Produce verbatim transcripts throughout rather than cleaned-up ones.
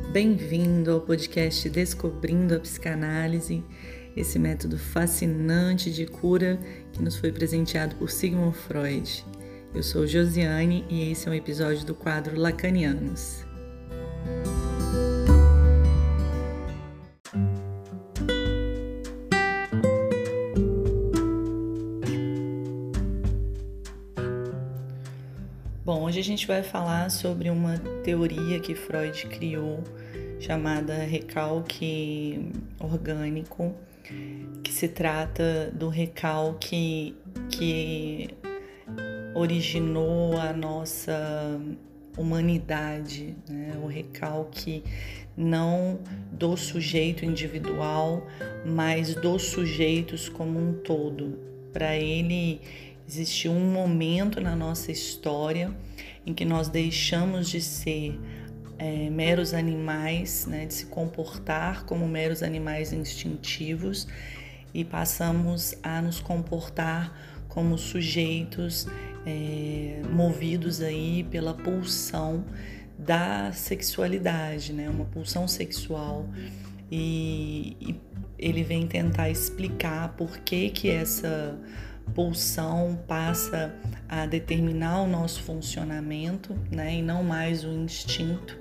Bem-vindo ao podcast Descobrindo a Psicanálise, esse método fascinante de cura que nos foi presenteado por Sigmund Freud. Eu sou Josiane e esse é um episódio do quadro Lacanianos. Bom, hoje a gente vai falar sobre uma teoria que Freud criou, chamada recalque orgânico, que se trata do recalque que originou a nossa humanidade, né? O recalque não do sujeito individual, mas dos sujeitos como um todo. Para ele, existiu um momento na nossa história em que nós deixamos de ser é, meros animais, né, de se comportar como meros animais instintivos e passamos a nos comportar como sujeitos é, movidos aí pela pulsão da sexualidade, né, uma pulsão sexual. E, e ele vem tentar explicar por que que essa pulsão passa a determinar o nosso funcionamento, né, e não mais o instinto.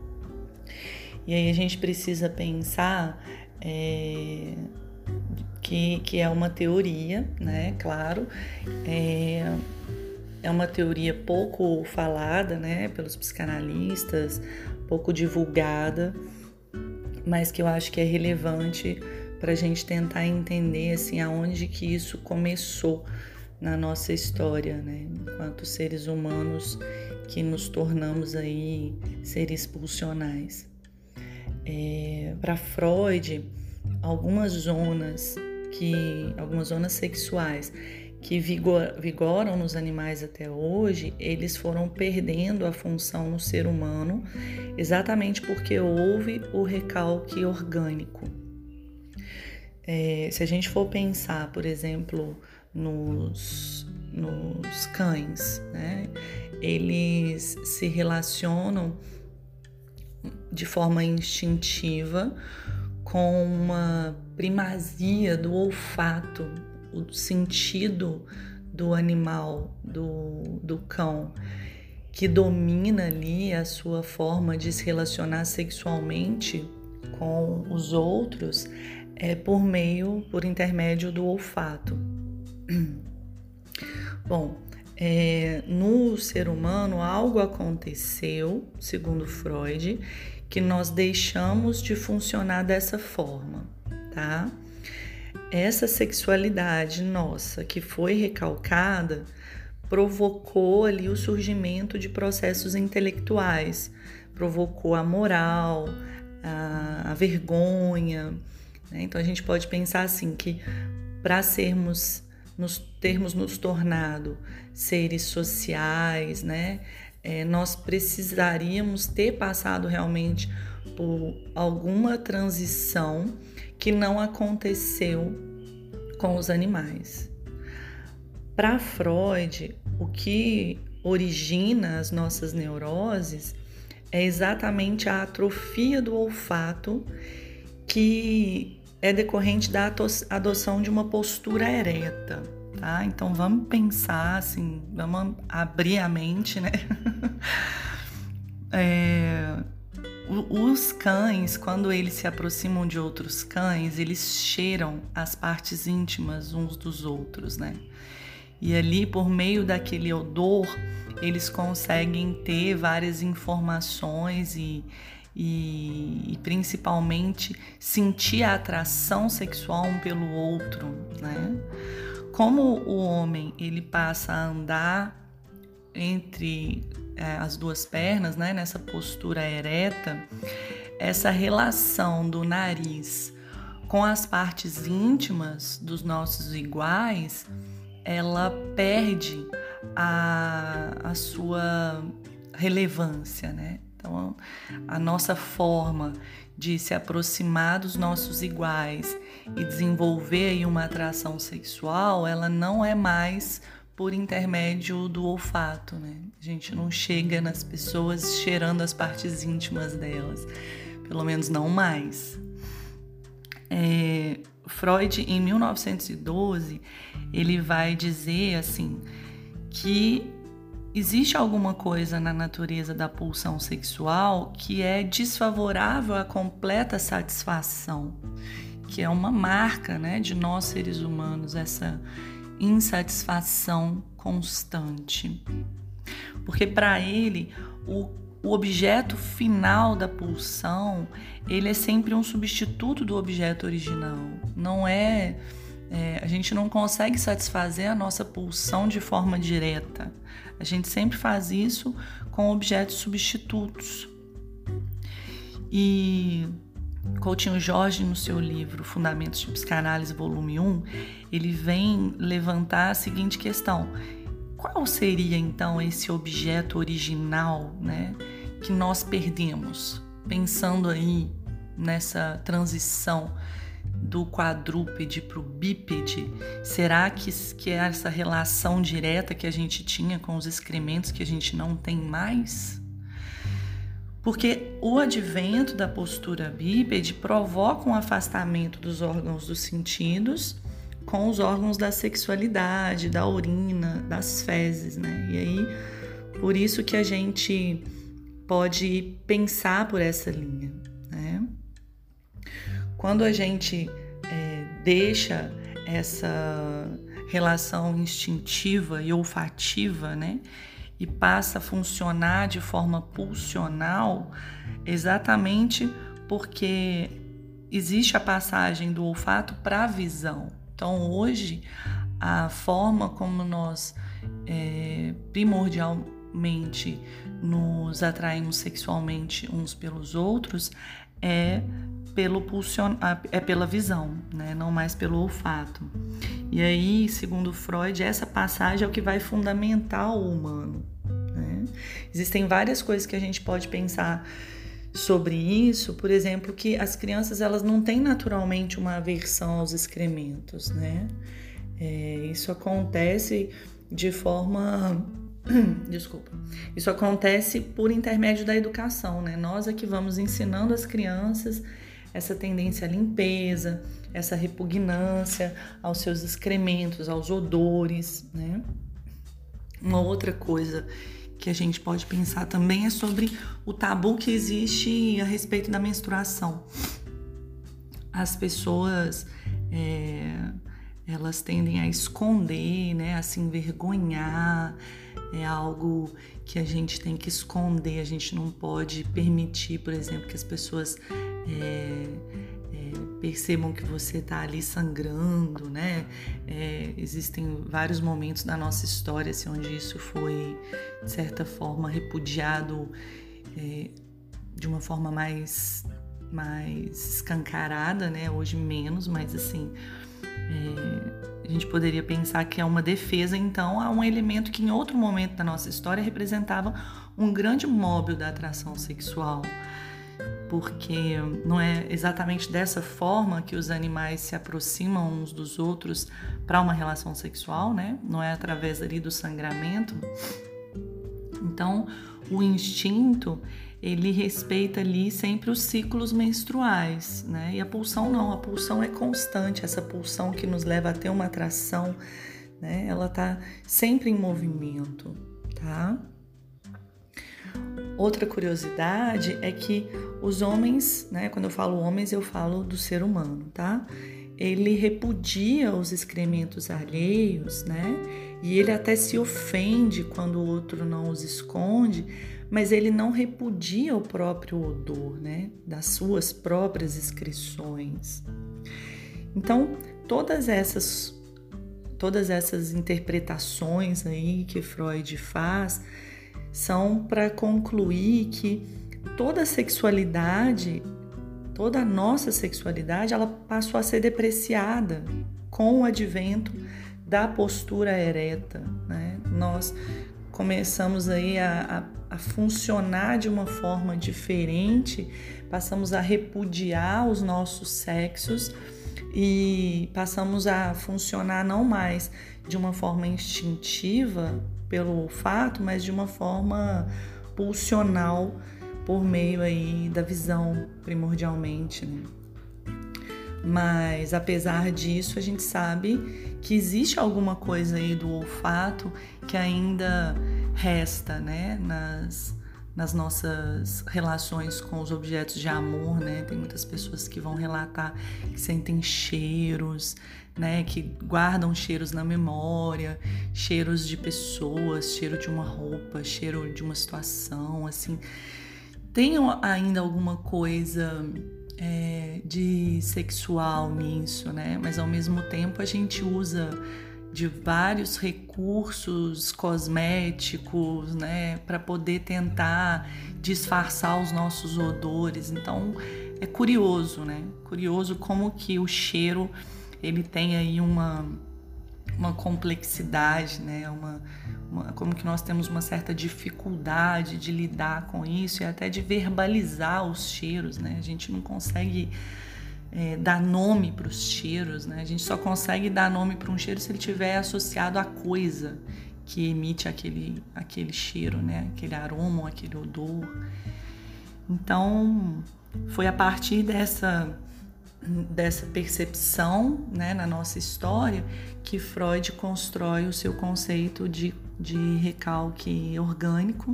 E aí a gente precisa pensar é, que, que é uma teoria, né, claro, é, é uma teoria pouco falada, né, pelos psicanalistas, pouco divulgada, mas que eu acho que é relevante para a gente tentar entender assim, aonde que isso começou na nossa história, né? Enquanto seres humanos que nos tornamos aí seres pulsionais. É, para Freud, algumas zonas que, algumas zonas sexuais que vigor, vigoram nos animais até hoje, eles foram perdendo a função no ser humano, exatamente porque houve o recalque orgânico. É, se a gente for pensar, por exemplo, nos, nos cães, né? Eles se relacionam de forma instintiva com uma primazia do olfato, o sentido do animal, do, do cão, que domina ali a sua forma de se relacionar sexualmente com os outros, é por meio, por intermédio do olfato. Bom, é, no ser humano algo aconteceu, segundo Freud, que nós deixamos de funcionar dessa forma, tá? Essa sexualidade nossa que foi recalcada provocou ali o surgimento de processos intelectuais, provocou a moral, a, a vergonha. Então a gente pode pensar assim que para sermos, nos termos nos tornado seres sociais, né, é, nós precisaríamos ter passado realmente por alguma transição que não aconteceu com os animais. Para Freud, o que origina as nossas neuroses é exatamente a atrofia do olfato, que é decorrente da adoção de uma postura ereta, tá? Então vamos pensar assim, vamos abrir a mente, né? é, os cães, quando eles se aproximam de outros cães, eles cheiram as partes íntimas uns dos outros, né? E ali, por meio daquele odor, eles conseguem ter várias informações e E, e principalmente sentir a atração sexual um pelo outro, né? Como o homem ele passa a andar entre é, as duas pernas, né? Nessa postura ereta, essa relação do nariz com as partes íntimas dos nossos iguais, ela perde a, a sua relevância, né? Então, a nossa forma de se aproximar dos nossos iguais e desenvolver aí uma atração sexual, ela não é mais por intermédio do olfato, né? A gente não chega nas pessoas cheirando as partes íntimas delas. pelo menos não mais. É, Freud, em mil novecentos e doze, ele vai dizer assim que existe alguma coisa na natureza da pulsão sexual que é desfavorável à completa satisfação, que é uma marca, né, de nós seres humanos, essa insatisfação constante. Porque para ele, o, o objeto final da pulsão, ele é sempre um substituto do objeto original. Não é, é, a gente não consegue satisfazer a nossa pulsão de forma direta. A gente sempre faz isso com objetos substitutos. E Coutinho Jorge, no seu livro Fundamentos de Psicanálise, volume um, ele vem levantar a seguinte questão: qual seria então esse objeto original, né, que nós perdemos? Pensando aí nessa transição do quadrúpede para o bípede, será que, que é essa relação direta que a gente tinha com os excrementos que a gente não tem mais? Porque o advento da postura bípede provoca um afastamento dos órgãos dos sentidos com os órgãos da sexualidade, da urina, das fezes, né? E aí, por isso que a gente pode pensar por essa linha, né? Quando a gente é, deixa essa relação instintiva e olfativa, né, e passa a funcionar de forma pulsional, exatamente porque existe a passagem do olfato para a visão. Então, hoje, a forma como nós é, primordialmente nos atraímos sexualmente uns pelos outros é pelo pulsion... é pela visão, né? Não mais pelo olfato. E aí, segundo Freud, essa passagem é o que vai fundamentar o humano, né? Existem várias coisas que a gente pode pensar sobre isso, por exemplo, que as crianças elas não têm naturalmente uma aversão aos excrementos, né? É, isso acontece de forma... Desculpa. Isso acontece por intermédio da educação, né? Nós é que vamos ensinando as crianças essa tendência à limpeza, essa repugnância aos seus excrementos, aos odores, né? Uma outra coisa que a gente pode pensar também é sobre o tabu que existe a respeito da menstruação. As pessoas, é, elas tendem a esconder, né, a se envergonhar, é algo que a gente tem que esconder, a gente não pode permitir, por exemplo, que as pessoas é, é, percebam que você está ali sangrando, né? É, existem vários momentos da nossa história assim, onde isso foi, de certa forma, repudiado é, de uma forma mais, mais escancarada, né? Hoje menos, mas assim... É, a gente poderia pensar que é uma defesa, então, a um elemento que em outro momento da nossa história representava um grande móvel da atração sexual, porque não é exatamente dessa forma que os animais se aproximam uns dos outros para uma relação sexual, né? Não é através ali do sangramento. Então, o instinto, ele respeita ali sempre os ciclos menstruais, né? E a pulsão não, a pulsão é constante, essa pulsão que nos leva a ter uma atração, né? Ela tá sempre em movimento, tá? Outra curiosidade é que os homens, né? Quando eu falo homens, eu falo do ser humano, tá? Ele repudia os excrementos alheios, né? E ele até se ofende quando o outro não os esconde, mas ele não repudia o próprio odor, né, das suas próprias excreções. Então, todas essas, todas essas interpretações aí que Freud faz são para concluir que toda a sexualidade, toda a nossa sexualidade, ela passou a ser depreciada com o advento da postura ereta, né? Nós começamos aí a, a, a funcionar de uma forma diferente, passamos a repudiar os nossos sexos e passamos a funcionar não mais de uma forma instintiva pelo olfato, mas de uma forma pulsional por meio aí da visão, primordialmente, né? Mas apesar disso, a gente sabe que existe alguma coisa aí do olfato que ainda resta, né, nas, nas nossas relações com os objetos de amor, né? Tem muitas pessoas que vão relatar que sentem cheiros, né, que guardam cheiros na memória, cheiros de pessoas, cheiro de uma roupa, cheiro de uma situação, assim. Tem ainda alguma coisa É, de sexual nisso, né? Mas ao mesmo tempo a gente usa de vários recursos cosméticos, né, para poder tentar disfarçar os nossos odores. Então é curioso, né? Curioso como que o cheiro ele tem aí uma uma complexidade, né? Uma, uma, como que nós temos uma certa dificuldade de lidar com isso e até de verbalizar os cheiros, né? A gente não consegue é, dar nome para os cheiros, né? A gente só consegue dar nome para um cheiro se ele estiver associado à coisa que emite aquele, aquele cheiro, né? Aquele aroma, aquele odor. Então, foi a partir dessa dessa percepção, né, na nossa história que Freud constrói o seu conceito de, de recalque orgânico.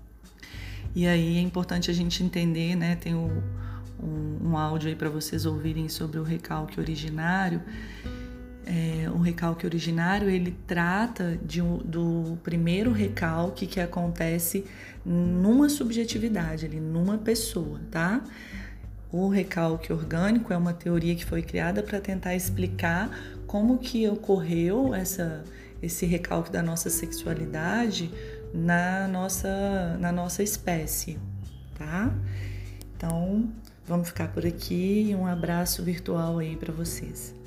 E aí é importante a gente entender, né, tem o, um, um áudio aí para vocês ouvirem sobre o recalque originário. É, o recalque originário ele trata de, do primeiro recalque que acontece numa subjetividade, ali, numa pessoa, tá? O recalque orgânico é uma teoria que foi criada para tentar explicar como que ocorreu essa, esse recalque da nossa sexualidade na nossa, na nossa espécie, tá? Então, vamos ficar por aqui e um abraço virtual aí para vocês.